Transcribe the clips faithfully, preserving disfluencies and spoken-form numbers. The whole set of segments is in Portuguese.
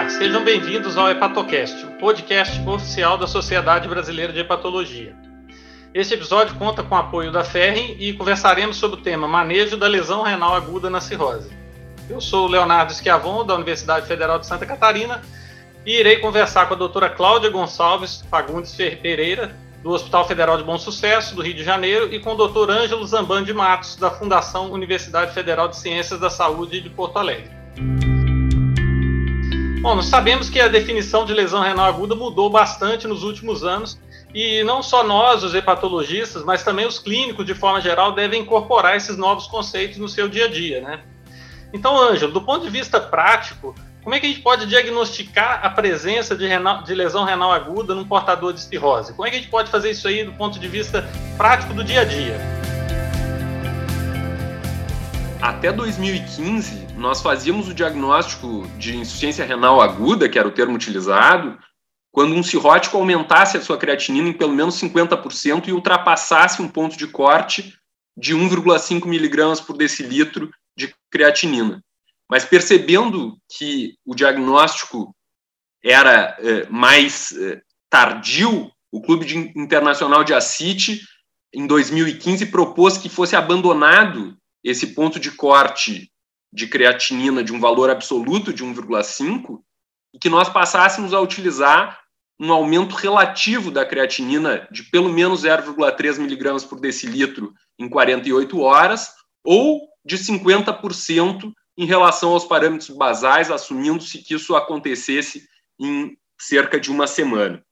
Olá, sejam bem-vindos ao HepatoCast, o podcast oficial da Sociedade Brasileira de Hepatologia. Este episódio conta com o apoio da Ferrin e conversaremos sobre o tema Manejo da lesão renal aguda na cirrose. Eu sou o Leonardo Schiavon, da Universidade Federal de Santa Catarina, e irei conversar com a doutora Cláudia Gonçalves Fagundes Pereira, do Hospital Federal de Bom Sucesso, do Rio de Janeiro, e com o doutor Ângelo Zamban de Matos, da Fundação Universidade Federal de Ciências da Saúde de Porto Alegre. Bom, nós sabemos que a definição de lesão renal aguda mudou bastante nos últimos anos, e não só nós, os hepatologistas, mas também os clínicos, de forma geral, devem incorporar esses novos conceitos no seu dia a dia, né? Então, Ângelo, do ponto de vista prático, como é que a gente pode diagnosticar a presença de, renal, de lesão renal aguda num portador de cirrose? Como é que a gente pode fazer isso aí do ponto de vista prático do dia a dia? Até dois mil e quinze, nós fazíamos o diagnóstico de insuficiência renal aguda, que era o termo utilizado, quando um cirrótico aumentasse a sua creatinina em pelo menos cinquenta por cento e ultrapassasse um ponto de corte de um vírgula cinco miligramas por decilitro de creatinina. Mas percebendo que o diagnóstico era eh, mais eh, tardio, o Clube de Internacional de Ascite, em dois mil e quinze, propôs que fosse abandonado esse ponto de corte de creatinina de um valor absoluto de um vírgula cinco e que nós passássemos a utilizar um aumento relativo da creatinina de pelo menos zero vírgula três miligramas por decilitro em quarenta e oito horas ou de cinquenta por cento em relação aos parâmetros basais, assumindo-se que isso acontecesse em cerca de uma semana.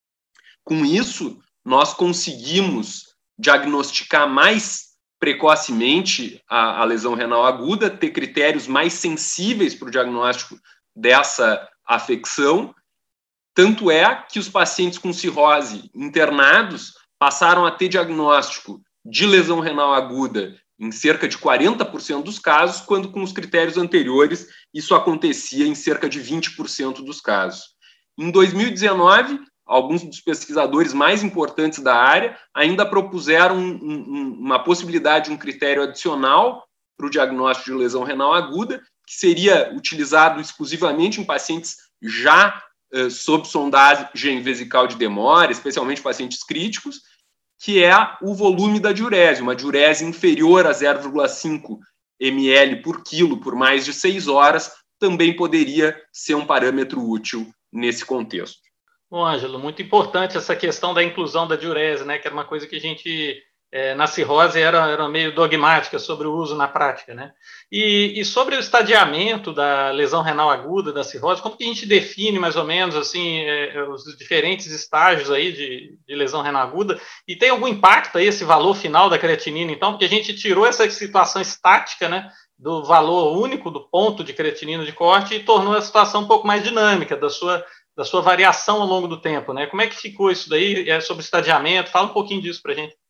Com isso, nós conseguimos diagnosticar mais precocemente a, a lesão renal aguda, ter critérios mais sensíveis para o diagnóstico dessa afecção. Tanto é que os pacientes com cirrose internados passaram a ter diagnóstico de lesão renal aguda em cerca de quarenta por cento dos casos, quando com os critérios anteriores isso acontecia em cerca de vinte por cento dos casos. Em dois mil e dezenove, alguns dos pesquisadores mais importantes da área ainda propuseram um, um, uma possibilidade de um critério adicional para o diagnóstico de lesão renal aguda, que seria utilizado exclusivamente em pacientes já eh, sob sondagem vesical de demora, especialmente pacientes críticos, que é o volume da diurese. Uma diurese inferior a zero vírgula cinco mililitros por quilo por mais de seis horas também poderia ser um parâmetro útil nesse contexto. Bom, Ângelo, muito importante essa questão da inclusão da diurese, né, que era uma coisa que a gente, é, na cirrose, era, era meio dogmática sobre o uso na prática, né? E, e sobre o estadiamento da lesão renal aguda, da cirrose, como que a gente define, mais ou menos, assim, é, os diferentes estágios aí de, de lesão renal aguda? E tem algum impacto aí esse valor final da creatinina, então? Porque a gente tirou essa situação estática, né, do valor único do ponto de creatinina de corte e tornou a situação um pouco mais dinâmica da sua da sua variação ao longo do tempo, né? Como é que ficou isso daí? É sobre estadiamento? Fala um pouquinho disso para a gente.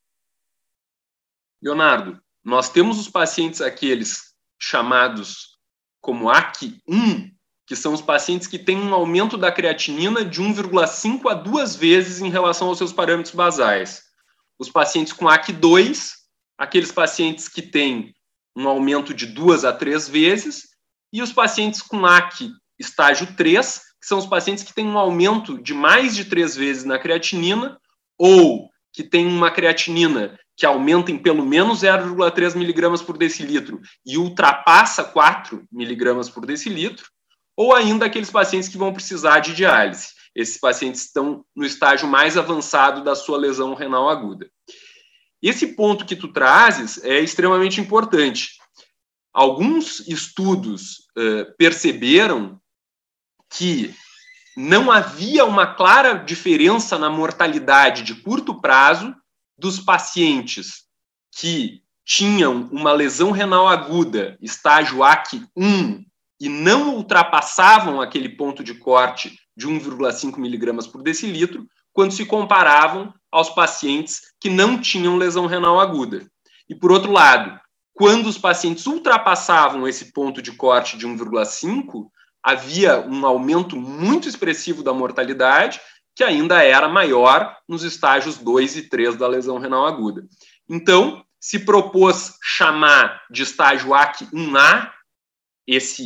Leonardo, nós temos os pacientes aqueles chamados como A C um, que são os pacientes que têm um aumento da creatinina de um vírgula cinco a duas vezes em relação aos seus parâmetros basais. Os pacientes com A C dois, aqueles pacientes que têm um aumento de duas a três vezes, e os pacientes com A C estágio três, que são os pacientes que têm um aumento de mais de três vezes na creatinina, ou que têm uma creatinina que aumenta em pelo menos zero vírgula três miligramas por decilitro e ultrapassa quatro miligramas por decilitro, ou ainda aqueles pacientes que vão precisar de diálise. Esses pacientes estão no estágio mais avançado da sua lesão renal aguda. Esse ponto que tu trazes é extremamente importante. Alguns estudos uh, perceberam que não havia uma clara diferença na mortalidade de curto prazo dos pacientes que tinham uma lesão renal aguda, estágio A C um, e não ultrapassavam aquele ponto de corte de um vírgula cinco miligramas por decilitro, quando se comparavam aos pacientes que não tinham lesão renal aguda. E, por outro lado, quando os pacientes ultrapassavam esse ponto de corte de um vírgula cinco, havia um aumento muito expressivo da mortalidade, que ainda era maior nos estágios dois e três da lesão renal aguda. Então, se propôs chamar de estágio A C um A esse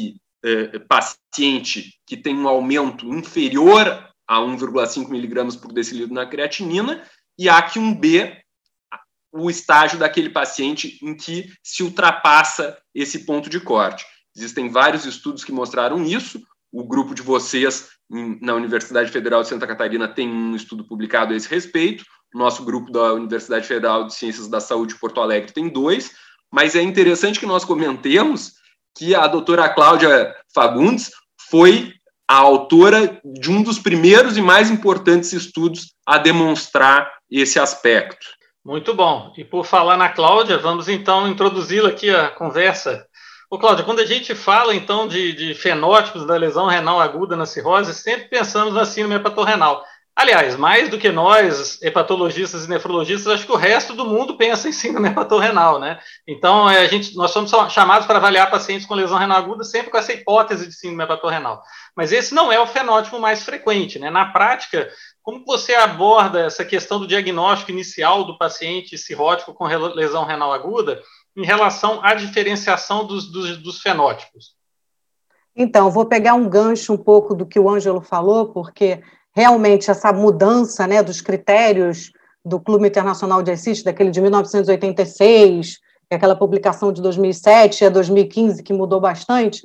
eh, paciente que tem um aumento inferior a um vírgula cinco miligramas por decilitro na creatinina, e A Q um B, o estágio daquele paciente em que se ultrapassa esse ponto de corte. Existem vários estudos que mostraram isso. O grupo de vocês em, na Universidade Federal de Santa Catarina tem um estudo publicado a esse respeito. O nosso grupo da Universidade Federal de Ciências da Saúde de Porto Alegre tem dois. Mas é interessante que nós comentemos que a doutora Cláudia Fagundes foi a autora de um dos primeiros e mais importantes estudos a demonstrar esse aspecto. Muito bom. E por falar na Cláudia, vamos então introduzi-la aqui a conversa. Ô, Cláudia, quando a gente fala então de, de fenótipos da lesão renal aguda na cirrose, sempre pensamos na síndrome hepatorrenal. Aliás, mais do que nós, hepatologistas e nefrologistas, acho que o resto do mundo pensa em síndrome hepatorrenal, né? Então, a gente, nós somos chamados para avaliar pacientes com lesão renal aguda sempre com essa hipótese de síndrome hepatorrenal. Mas esse não é o fenótipo mais frequente, né? Na prática, como você aborda essa questão do diagnóstico inicial do paciente cirrótico com lesão renal aguda em relação à diferenciação dos, dos, dos fenótipos? Então, vou pegar um gancho um pouco do que o Ângelo falou, porque realmente essa mudança, né, dos critérios do Clube Internacional de Ascite, daquele de mil novecentos e oitenta e seis, aquela publicação de dois mil e sete a dois mil e quinze, que mudou bastante,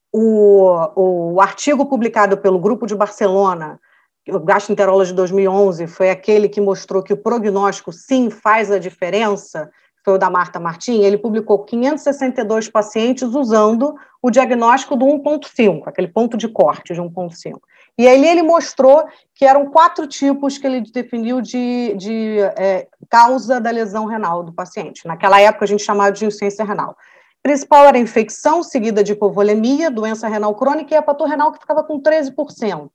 o, o artigo publicado pelo Grupo de Barcelona, o Gastroenterology de dois mil e onze, foi aquele que mostrou que o prognóstico, sim, faz a diferença, foi o da Marta Martin. Ele publicou quinhentos e sessenta e dois pacientes usando o diagnóstico do um ponto cinco, aquele ponto de corte de um ponto cinco. E aí ele mostrou que eram quatro tipos que ele definiu de, de é, causa da lesão renal do paciente. Naquela época a gente chamava de insuficiência renal. O principal era infecção, seguida de hipovolemia, doença renal crônica e hepatorrenal, que ficava com treze por cento.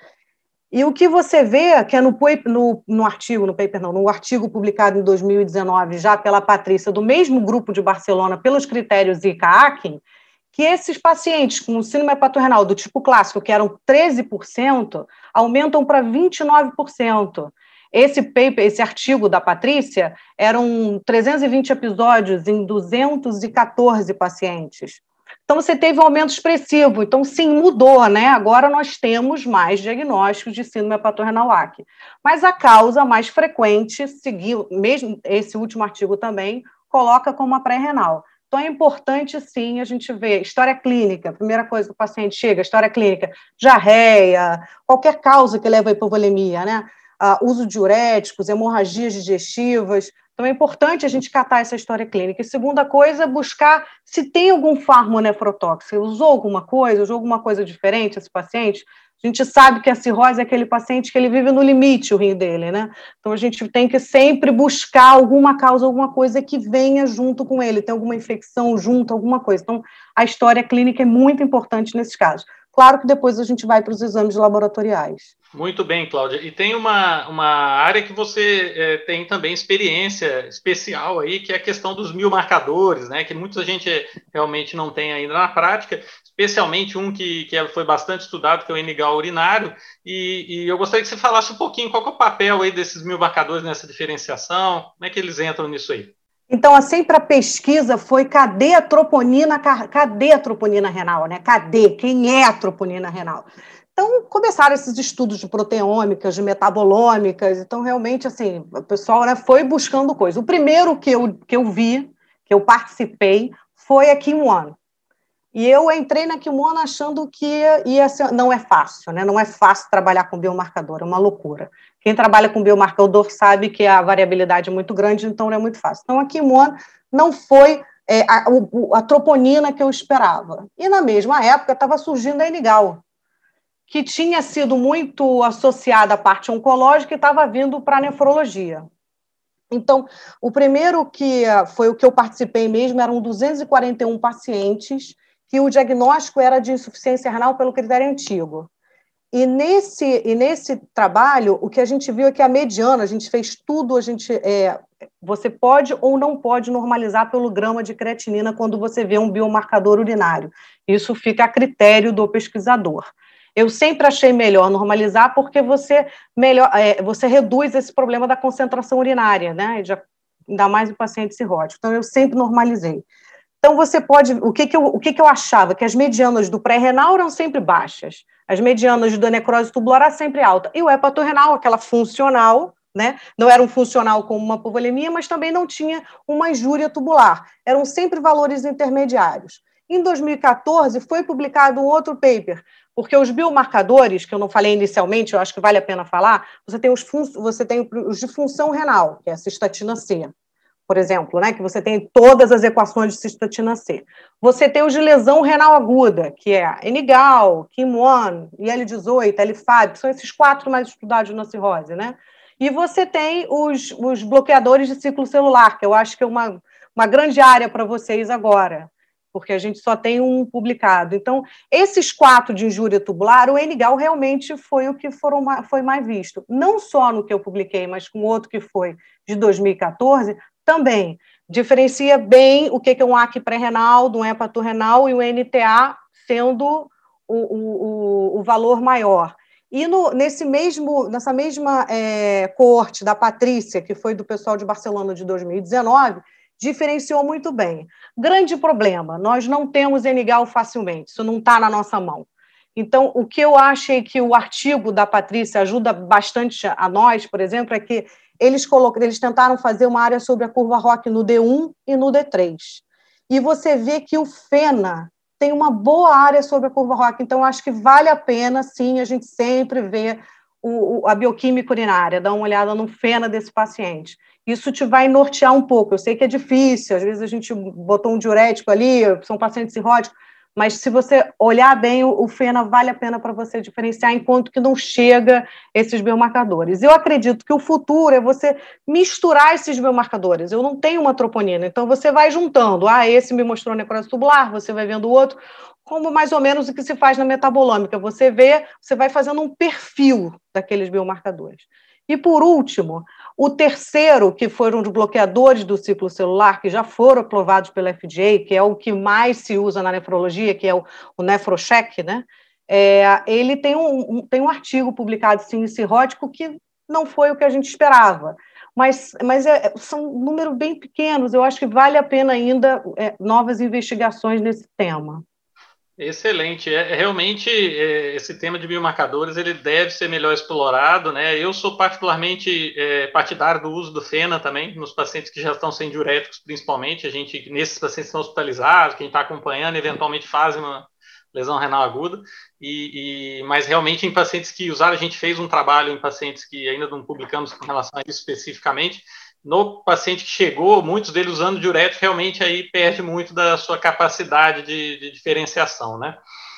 E o que você vê, que é no, no, no artigo, no paper não, no artigo publicado em dois mil e dezenove, já pela Patrícia, do mesmo grupo de Barcelona, pelos critérios I C A A C, que esses pacientes com síndrome hepatorrenal do tipo clássico, que eram treze por cento, aumentam para vinte e nove por cento. Esse paper, esse artigo da Patrícia, eram trezentos e vinte episódios em duzentos e quatorze pacientes. Então, você teve um aumento expressivo. Então, sim, mudou, né? Agora nós temos mais diagnósticos de síndrome hepatorrenal A C. Mas a causa mais frequente, seguiu, mesmo esse último artigo também, coloca como a pré-renal. Então, é importante, sim, a gente ver história clínica, a primeira coisa que o paciente chega, história clínica, diarreia, qualquer causa que leva à hipovolemia, né? Uh, uso de diuréticos, hemorragias digestivas. Então, é importante a gente catar essa história clínica. E segunda coisa, buscar se tem algum fármaco nefrotóxico. Usou alguma coisa, usou alguma coisa diferente esse paciente? A gente sabe que a cirrose é aquele paciente que ele vive no limite, o rim dele, né? Então, a gente tem que sempre buscar alguma causa, alguma coisa que venha junto com ele, tem alguma infecção junto, alguma coisa. Então, a história clínica é muito importante nesses casos. Claro que depois a gente vai para os exames laboratoriais. Muito bem, Cláudia. E tem uma, uma área que você é, tem também experiência especial aí, que é a questão dos mil marcadores, né? Que muita gente realmente não tem ainda na prática, especialmente um que, que foi bastante estudado, que é o N G A L urinário. E, e eu gostaria que você falasse um pouquinho qual que é o papel aí desses mil marcadores nessa diferenciação, como é que eles entram nisso aí? Então, assim, para a pesquisa foi cadê a troponina, cadê a troponina renal, né? Cadê? Quem é a troponina renal? Então, começaram esses estudos de proteômicas, de metabolômicas, então, realmente, assim, o pessoal, né, foi buscando coisa. O primeiro que eu, que eu vi, que eu participei, foi a Kim One. E eu entrei na Kim One achando que ia ser, não é fácil, né? Não é fácil trabalhar com biomarcador, é uma loucura. Quem trabalha com biomarcador sabe que a variabilidade é muito grande, então não é muito fácil. Então, a Kim One não foi é, a, a troponina que eu esperava. E, na mesma época, estava surgindo a N G A L, que tinha sido muito associada à parte oncológica e estava vindo para a nefrologia. Então, o primeiro que foi o que eu participei mesmo, eram duzentos e quarenta e um pacientes, que o diagnóstico era de insuficiência renal pelo critério antigo. E nesse, e nesse trabalho, o que a gente viu é que a mediana, a gente fez tudo, a gente, é, você pode ou não pode normalizar pelo grama de creatinina quando você vê um biomarcador urinário. Isso fica a critério do pesquisador. Eu sempre achei melhor normalizar porque você, melhor, é, você reduz esse problema da concentração urinária, né? Já, ainda mais em paciente cirrótico. Então, eu sempre normalizei. Então, você pode... O que, que, eu, o que, que eu achava? Que as medianas do pré-renal eram sempre baixas, as medianas da necrose tubular eram sempre alta, e o hepatorrenal, aquela funcional, né? Não era um funcional como uma hipovolemia, mas também não tinha uma injúria tubular. Eram sempre valores intermediários. Em dois mil e quatorze, foi publicado um outro paper, porque os biomarcadores, que eu não falei inicialmente, eu acho que vale a pena falar, você tem os, fun- você tem os de função renal, que é a cistatina C, por exemplo, né, que você tem todas as equações de cistatina C. Você tem os de lesão renal aguda, que é N G A L, K I M um, I L dezoito, L F A B, que são esses quatro mais estudados na cirrose, né? E você tem os, os bloqueadores de ciclo celular, que eu acho que é uma, uma grande área para vocês agora, porque a gente só tem um publicado. Então, esses quatro de injúria tubular, o N G A L realmente foi o que foram, foi mais visto. Não só no que eu publiquei, mas com outro que foi de dois mil e quatorze, também diferencia bem o que é um A C pré-renal, do hepatorrenal e o N T A sendo o, o, o valor maior. E no, nesse mesmo, nessa mesma é, coorte da Patrícia, que foi do pessoal de Barcelona de dois mil e dezenove, diferenciou muito bem. Grande problema, nós não temos N G A L facilmente, isso não está na nossa mão. Então, o que eu achei que o artigo da Patrícia ajuda bastante a nós, por exemplo, é que eles, colocam, eles tentaram fazer uma área sobre a curva R O C no D um e no D três. E você vê que o FENA tem uma boa área sobre a curva R O C, então acho que vale a pena, sim, a gente sempre ver o, o, a bioquímica urinária, dar uma olhada no FENA desse paciente. Isso te vai nortear um pouco, eu sei que é difícil, às vezes a gente botou um diurético ali, são pacientes cirróticos, mas se você olhar bem, o FENA vale a pena para você diferenciar, enquanto que não chega esses biomarcadores. Eu acredito que o futuro é você misturar esses biomarcadores. Eu não tenho uma troponina, então você vai juntando. Ah, esse me mostrou necrose tubular, você vai vendo o outro, como mais ou menos o que se faz na metabolômica. Você vê, você vai fazendo um perfil daqueles biomarcadores. E, por último, o terceiro, que foram os bloqueadores do ciclo celular, que já foram aprovados pela F D A, que é o que mais se usa na nefrologia, que é o, o NephroCheck, né? É, ele tem um, um, tem um artigo publicado sim, em cirrótico que não foi o que a gente esperava, mas, mas é, são números bem pequenos, eu acho que vale a pena ainda é, novas investigações nesse tema. Excelente. É, é realmente é, esse tema de biomarcadores ele deve ser melhor explorado, né? Eu sou particularmente é, partidário do uso do FENA também nos pacientes que já estão sem diuréticos, principalmente. A gente nesses pacientes que estão hospitalizados, quem está acompanhando, eventualmente fazem uma lesão renal aguda. E, e mas realmente em pacientes que usaram, a gente fez um trabalho em pacientes que ainda não publicamos com relação a isso especificamente. No paciente que chegou, muitos deles usando diurético, realmente aí perde muito da sua capacidade de, de diferenciação, né?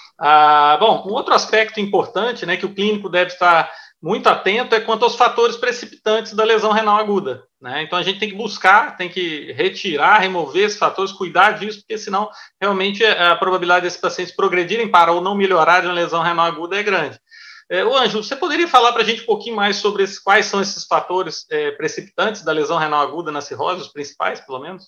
Ah, bom, um outro aspecto importante, né, que o clínico deve estar muito atento é quanto aos fatores precipitantes da lesão renal aguda, né? Então a gente tem que buscar, tem que retirar, remover esses fatores, cuidar disso, porque senão realmente a probabilidade desses pacientes progredirem para ou não melhorarem uma lesão renal aguda é grande. É, ô Ângelo, você poderia falar para a gente um pouquinho mais sobre esse, quais são esses fatores é, precipitantes da lesão renal aguda na cirrose, os principais, pelo menos?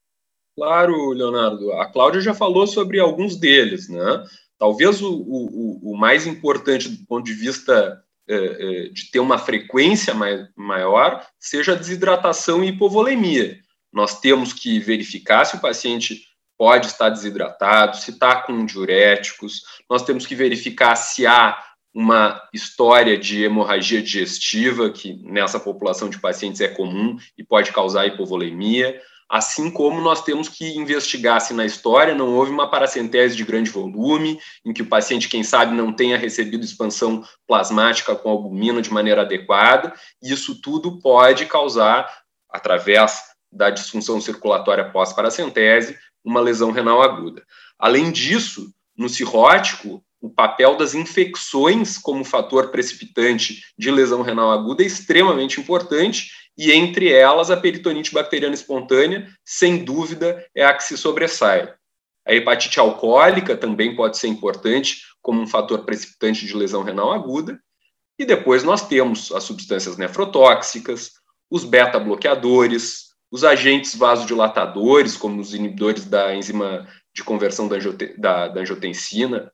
Claro, Leonardo. A Cláudia já falou sobre alguns deles, né? Talvez o, o, o mais importante do ponto de vista é, é, de ter uma frequência mai, maior seja a desidratação e hipovolemia. Nós temos que verificar se o paciente pode estar desidratado, se está com diuréticos, nós temos que verificar se há uma história de hemorragia digestiva, que nessa população de pacientes é comum e pode causar hipovolemia, assim como nós temos que investigar se na história não houve uma paracentese de grande volume, em que o paciente, quem sabe, não tenha recebido expansão plasmática com albumina de maneira adequada, e isso tudo pode causar, através da disfunção circulatória pós-paracentese, uma lesão renal aguda. Além disso, no cirrótico, o papel das infecções como fator precipitante de lesão renal aguda é extremamente importante, e entre elas a peritonite bacteriana espontânea, sem dúvida, é a que se sobressai. A hepatite alcoólica também pode ser importante como um fator precipitante de lesão renal aguda, e depois nós temos as substâncias nefrotóxicas, os beta-bloqueadores, os agentes vasodilatadores, como os inibidores da enzima de conversão da, angiote- da, da angiotensina,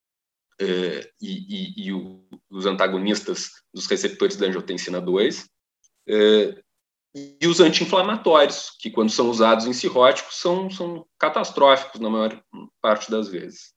Uh, e, e, e o, os antagonistas dos receptores da angiotensina dois. Uh, e os anti-inflamatórios, que quando são usados em cirróticos são, são catastróficos na maior parte das vezes.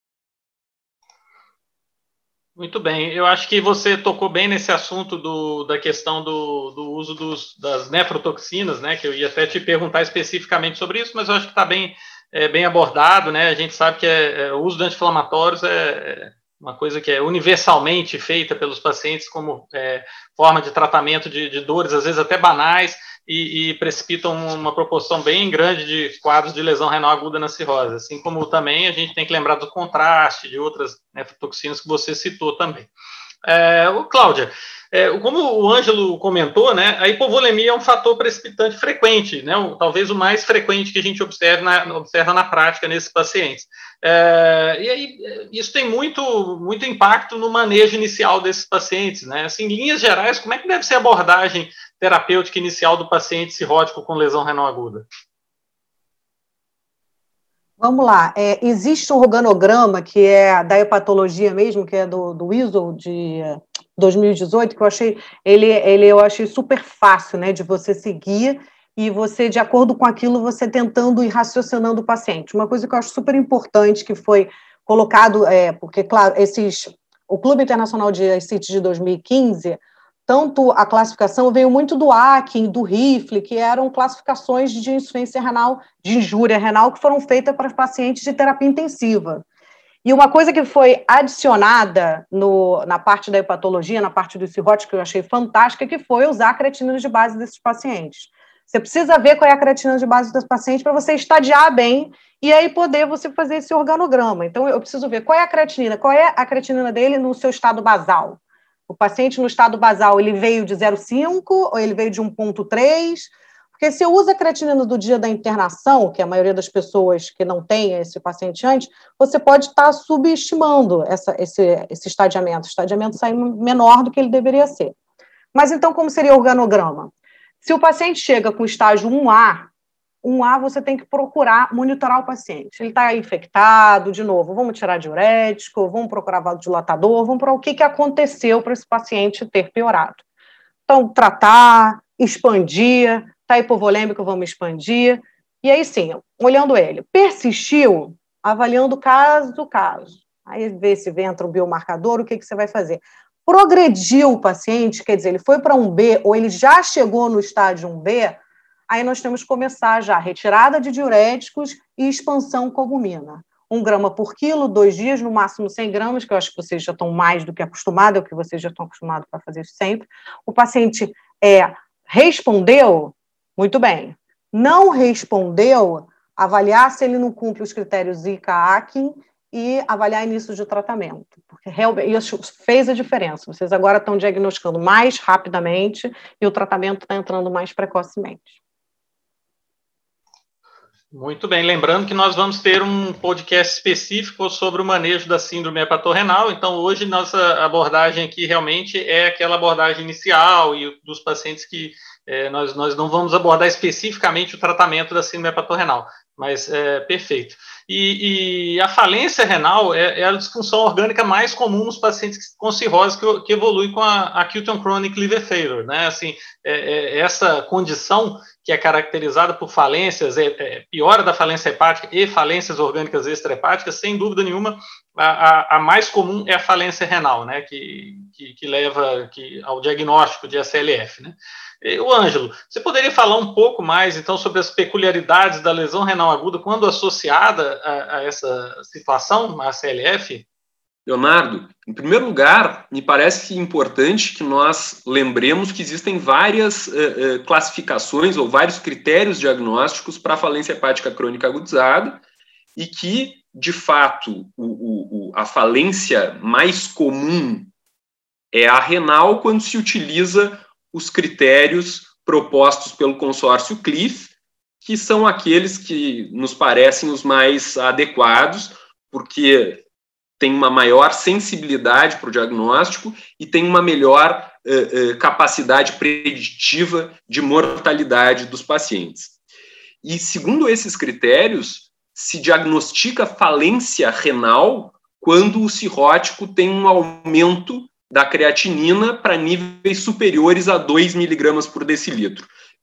Muito bem, eu acho que você tocou bem nesse assunto do, da questão do, do uso dos, das nefrotoxinas, né, que eu ia até te perguntar especificamente sobre isso, mas eu acho que está bem, é, bem abordado, né, a gente sabe que é, é, o uso de anti-inflamatórios é, é uma coisa que é universalmente feita pelos pacientes como é, forma de tratamento de, de dores, às vezes até banais, e, e precipitam uma proporção bem grande de quadros de lesão renal aguda na cirrose, assim como também a gente tem que lembrar do contraste, de outras nefrotoxinas que você citou também. É, Cláudia, é, como o Ângelo comentou, né, a hipovolemia é um fator precipitante frequente, né, o, talvez o mais frequente que a gente observa na, observa na prática nesses pacientes. É, e aí, isso tem muito, muito impacto no manejo inicial desses pacientes, né? Assim, em linhas gerais, como é que deve ser a abordagem terapêutica inicial do paciente cirrótico com lesão renal aguda? Vamos lá, é, existe um organograma que é da hepatologia mesmo, que é do, do I S O de dois mil e dezoito, que eu achei, ele, ele eu achei super fácil, né, de você seguir, e você, de acordo com aquilo, você tentando ir raciocinando o paciente. Uma coisa que eu acho super importante, que foi colocado, é, porque, claro, esses, o Clube Internacional de Ascites de dois mil e quinze, tanto a classificação veio muito do Akin, do Rifle, que eram classificações de insuficiência renal, de injúria renal, que foram feitas para pacientes de terapia intensiva. E uma coisa que foi adicionada no, na parte da hepatologia, na parte do cirrótico, que eu achei fantástica, que foi usar a creatinina de base desses pacientes. Você precisa ver qual é a creatinina de base dos pacientes para você estadiar bem e aí poder você fazer esse organograma. Então, eu preciso ver qual é a creatinina, qual é a creatinina dele no seu estado basal. O paciente no estado basal, ele veio de zero vírgula cinco ou ele veio de um vírgula três? Porque se eu uso a creatinina do dia da internação, que a maioria das pessoas que não tem esse paciente antes, você pode estar subestimando essa, esse, esse estadiamento. O estadiamento sai menor do que ele deveria ser. Mas então, como seria o organograma? Se o paciente chega com estágio um A, um A você tem que procurar monitorar o paciente. Ele está infectado, de novo, vamos tirar diurético, vamos procurar vasodilatador, vamos procurar o que, que aconteceu para esse paciente ter piorado. Então, tratar, expandir, está hipovolêmico, vamos expandir. E aí sim, olhando ele, persistiu, avaliando caso a caso. Aí vê se entra um biomarcador, o que, que você vai fazer? Progrediu o paciente, quer dizer, ele foi para um B ou ele já chegou no estágio um B, aí nós temos que começar já retirada de diuréticos e expansão com albumina. Um grama por quilo, dois dias, no máximo cem gramas, que eu acho que vocês já estão mais do que acostumados, é o que vocês já estão acostumados para fazer isso sempre. O paciente é, respondeu, muito bem. Não respondeu, avaliar se ele não cumpre os critérios I C A Akin e avaliar início de tratamento, porque realmente isso fez a diferença. Vocês agora estão diagnosticando mais rapidamente e o tratamento está entrando mais precocemente. Muito bem, lembrando que nós vamos ter um podcast específico sobre o manejo da síndrome hepatorrenal, então hoje nossa abordagem aqui realmente é aquela abordagem inicial e dos pacientes que é, nós, nós não vamos abordar especificamente o tratamento da síndrome hepatorrenal, mas é perfeito. E, e a falência renal é, é a disfunção orgânica mais comum nos pacientes com cirrose que, que evolui com a acute on chronic liver failure, né? Assim, é, é, essa condição que é caracterizada por falências, é, é, piora da falência hepática e falências orgânicas extrahepáticas, sem dúvida nenhuma, a, a, a mais comum é a falência renal, né? Que, que, que leva que, ao diagnóstico de A C L F, né? O Ângelo, você poderia falar um pouco mais, então, sobre as peculiaridades da lesão renal aguda quando associada a, a essa situação, a A C L F? Leonardo, em primeiro lugar, me parece importante que nós lembremos que existem várias uh, uh, classificações ou vários critérios diagnósticos para a falência hepática crônica agudizada e que, de fato, o, o, a falência mais comum é a renal quando se utiliza os critérios propostos pelo consórcio C L I F, que são aqueles que nos parecem os mais adequados, porque tem uma maior sensibilidade para o diagnóstico e tem uma melhor uh, uh, capacidade preditiva de mortalidade dos pacientes. E, segundo esses critérios, se diagnostica falência renal quando o cirrótico tem um aumento da creatinina para níveis superiores a dois miligramas por decilitro.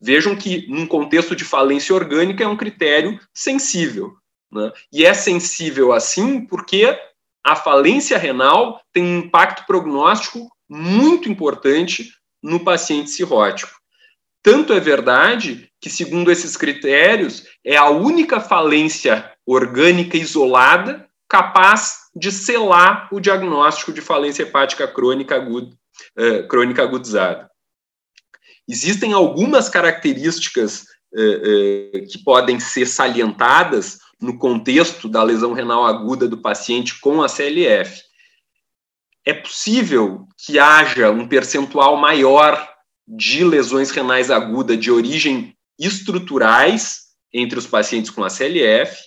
Vejam que, num contexto de falência orgânica, é um critério sensível, né? E é sensível assim porque a falência renal tem um impacto prognóstico muito importante no paciente cirrótico. Tanto é verdade que, segundo esses critérios, é a única falência orgânica isolada capaz de selar o diagnóstico de falência hepática crônica, aguda, eh, crônica agudizada. Existem algumas características eh, eh, que podem ser salientadas no contexto da lesão renal aguda do paciente com a C L F. É possível que haja um percentual maior de lesões renais agudas de origem estruturais entre os pacientes com a C L F.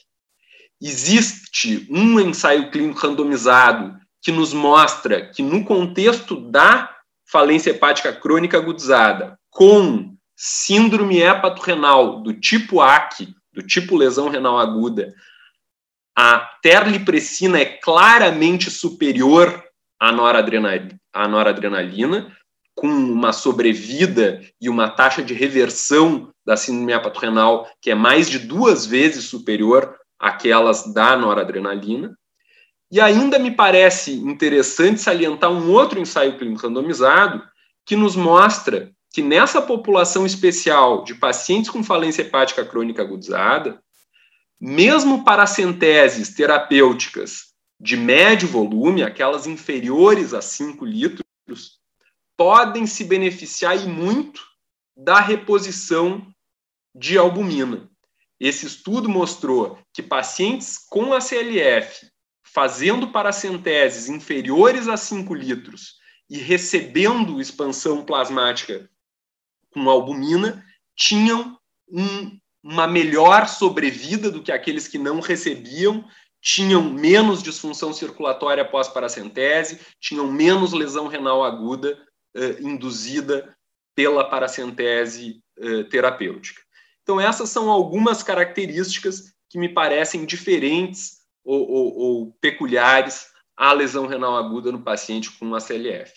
Existe um ensaio clínico randomizado que nos mostra que, no contexto da falência hepática crônica agudizada, com síndrome hepatorrenal do tipo A C, do tipo lesão renal aguda, a terlipressina é claramente superior à noradrenalina, à noradrenalina, com uma sobrevida e uma taxa de reversão da síndrome hepatorrenal que é mais de duas vezes superior àquelas da noradrenalina. E ainda me parece interessante salientar um outro ensaio clínico randomizado que nos mostra que nessa população especial de pacientes com falência hepática crônica agudizada, mesmo paracenteses terapêuticas de médio volume, aquelas inferiores a cinco litros, podem se beneficiar e muito da reposição de albumina. Esse estudo mostrou que pacientes com a C L F fazendo paracenteses inferiores a cinco litros e recebendo expansão plasmática com albumina tinham um, uma melhor sobrevida do que aqueles que não recebiam, tinham menos disfunção circulatória após paracentese, tinham menos lesão renal aguda eh, induzida pela paracentese eh, terapêutica. Então, essas são algumas características que me parecem diferentes ou, ou, ou peculiares à lesão renal aguda no paciente com a C L F.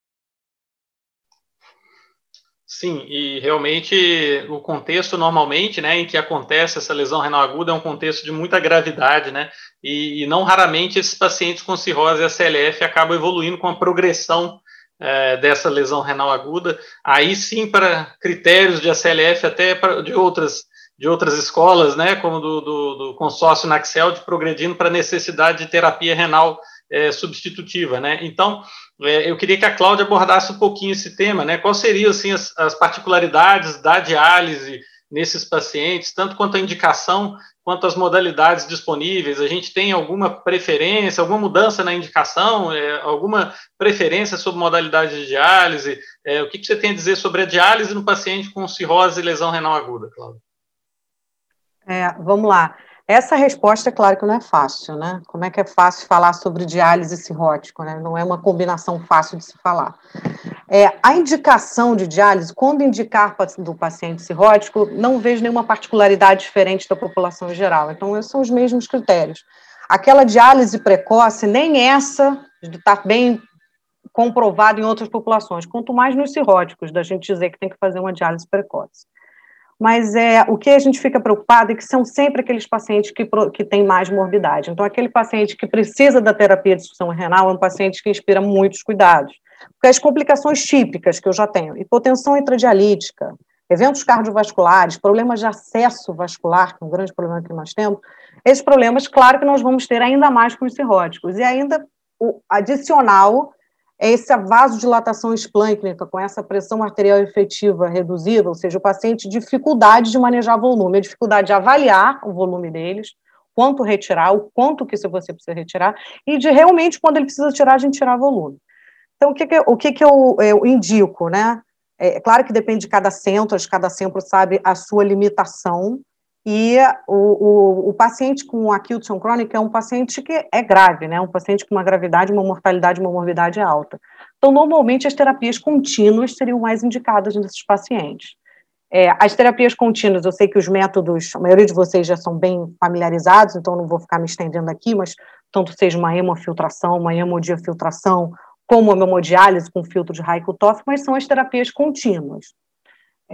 Sim, e realmente o contexto normalmente, né, em que acontece essa lesão renal aguda é um contexto de muita gravidade, né, e, e não raramente esses pacientes com cirrose e a C L F acabam evoluindo com a progressão é, dessa lesão renal aguda, aí sim para critérios de A C L F até pra, de outras de outras escolas, né, como do, do, do consórcio Naxel, de progredindo para necessidade de terapia renal é, substitutiva, né, então é, eu queria que a Cláudia abordasse um pouquinho esse tema, né, quais seriam, assim, as, as particularidades da diálise nesses pacientes, tanto quanto a indicação, quanto as modalidades disponíveis. A gente tem alguma preferência, alguma mudança na indicação, é, alguma preferência sobre modalidade de diálise? É, o que, que você tem a dizer sobre a diálise no paciente com cirrose e lesão renal aguda, Cláudia? É, vamos lá. Essa resposta, é claro que não é fácil, né? Como é que é fácil falar sobre diálise cirrótico, né? Não é uma combinação fácil de se falar. É, a indicação de diálise, quando indicar do paciente cirrótico, não vejo nenhuma particularidade diferente da população em geral. Então, esses são os mesmos critérios. Aquela diálise precoce, nem essa está bem comprovada em outras populações, quanto mais nos cirróticos, da gente dizer que tem que fazer uma diálise precoce. Mas é, o que a gente fica preocupado é que são sempre aqueles pacientes que, que têm mais morbidade. Então, aquele paciente que precisa da terapia de insuficiência renal é um paciente que inspira muitos cuidados. Porque as complicações típicas que eu já tenho, hipotensão intradialítica, eventos cardiovasculares, problemas de acesso vascular, que é um grande problema que nós temos, esses problemas, claro que nós vamos ter ainda mais com os cirróticos. E ainda, o adicional é essa vasodilatação esplâncnica, com essa pressão arterial efetiva reduzida, ou seja, o paciente dificuldade de manejar volume, a dificuldade de avaliar o volume deles, quanto retirar, o quanto que você precisa retirar, e de realmente, quando ele precisa tirar, a gente tirar volume. Então, o que, que, o que, que eu, eu indico, né? É claro que depende de cada centro, cada centro sabe a sua limitação, e o, o, o paciente com acute crônica é um paciente que é grave, né? Um paciente com uma gravidade, uma mortalidade, uma morbidade alta. Então, normalmente, as terapias contínuas seriam mais indicadas nesses pacientes. É, as terapias contínuas, eu sei que os métodos, a maioria de vocês já são bem familiarizados, então não vou ficar me estendendo aqui, mas tanto seja uma hemofiltração, uma hemodiafiltração, como a hemodiálise com filtro de Rajkov, mas são as terapias contínuas.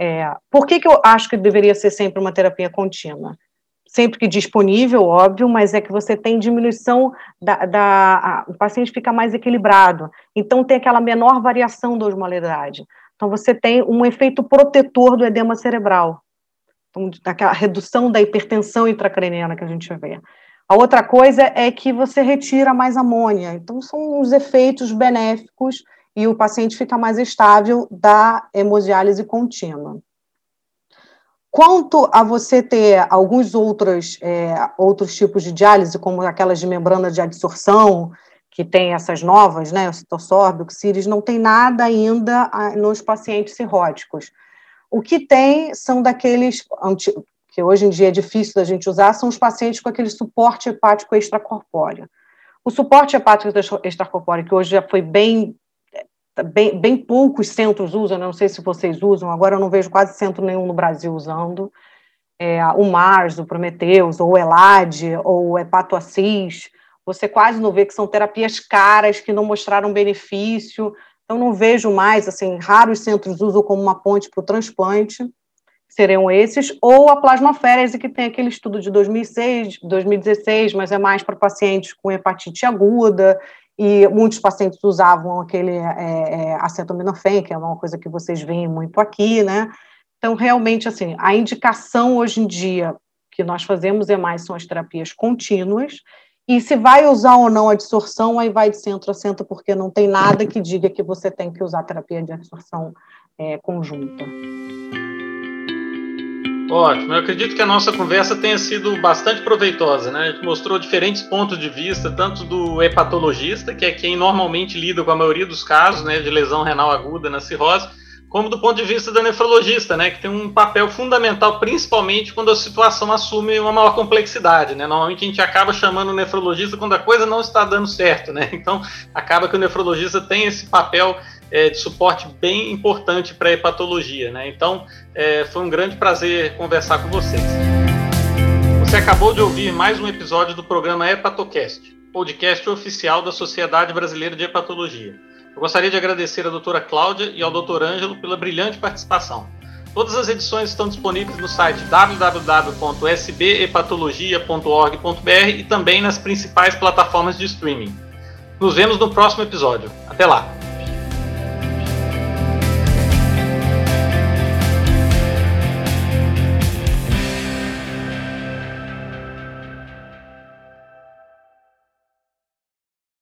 É, por que que eu acho que deveria ser sempre uma terapia contínua? Sempre que disponível, óbvio, mas é que você tem diminuição, da, da a, o paciente fica mais equilibrado, então tem aquela menor variação da osmolaridade. Então você tem um efeito protetor do edema cerebral, então, aquela redução da hipertensão intracraniana que a gente vê. A outra coisa é que você retira mais amônia, então são os efeitos benéficos e o paciente fica mais estável da hemodiálise contínua. Quanto a você ter alguns outros, é, outros tipos de diálise, como aquelas de membrana de adsorção, que tem essas novas, né, o Citosorb, o Xiris, não tem nada ainda nos pacientes cirróticos. O que tem são daqueles, que hoje em dia é difícil da gente usar, são os pacientes com aquele suporte hepático extracorpóreo. O suporte hepático extracorpóreo, que hoje já foi bem... Bem, bem poucos centros usam, não sei se vocês usam, agora eu não vejo quase centro nenhum no Brasil usando, é, o Mars, o Prometheus, ou o Elad, ou o Hepatoassist, você quase não vê, que são terapias caras, que não mostraram benefício, então não vejo mais, assim, raros centros usam como uma ponte para o transplante, seriam esses, ou a plasmaférese, que tem aquele estudo de dois mil e seis, dois mil e dezesseis, mas é mais para pacientes com hepatite aguda, e muitos pacientes usavam aquele é, é, acetaminofén, que é uma coisa que vocês veem muito aqui, né? Então, realmente, assim, a indicação hoje em dia que nós fazemos é mais, são as terapias contínuas, e se vai usar ou não a adsorção, aí vai de centro a centro, porque não tem nada que diga que você tem que usar terapia de adsorção é, conjunta. Ótimo, eu acredito que a nossa conversa tenha sido bastante proveitosa, né? A gente mostrou diferentes pontos de vista, tanto do hepatologista, que é quem normalmente lida com a maioria dos casos, né, de lesão renal aguda na cirrose, como do ponto de vista da nefrologista, né, que tem um papel fundamental, principalmente quando a situação assume uma maior complexidade, né? Normalmente a gente acaba chamando o nefrologista quando a coisa não está dando certo, né? Então acaba que o nefrologista tem esse papel É, de suporte bem importante para a hepatologia, né? Então, é, foi um grande prazer conversar com vocês. Você acabou de ouvir mais um episódio do programa HepatoCast, podcast oficial da Sociedade Brasileira de Hepatologia. Eu gostaria de agradecer à doutora Cláudia e ao doutor Ângelo pela brilhante participação. Todas as edições estão disponíveis no site w w w ponto s b hepatologia ponto org ponto b r e também nas principais plataformas de streaming. Nos vemos no próximo episódio. Até lá!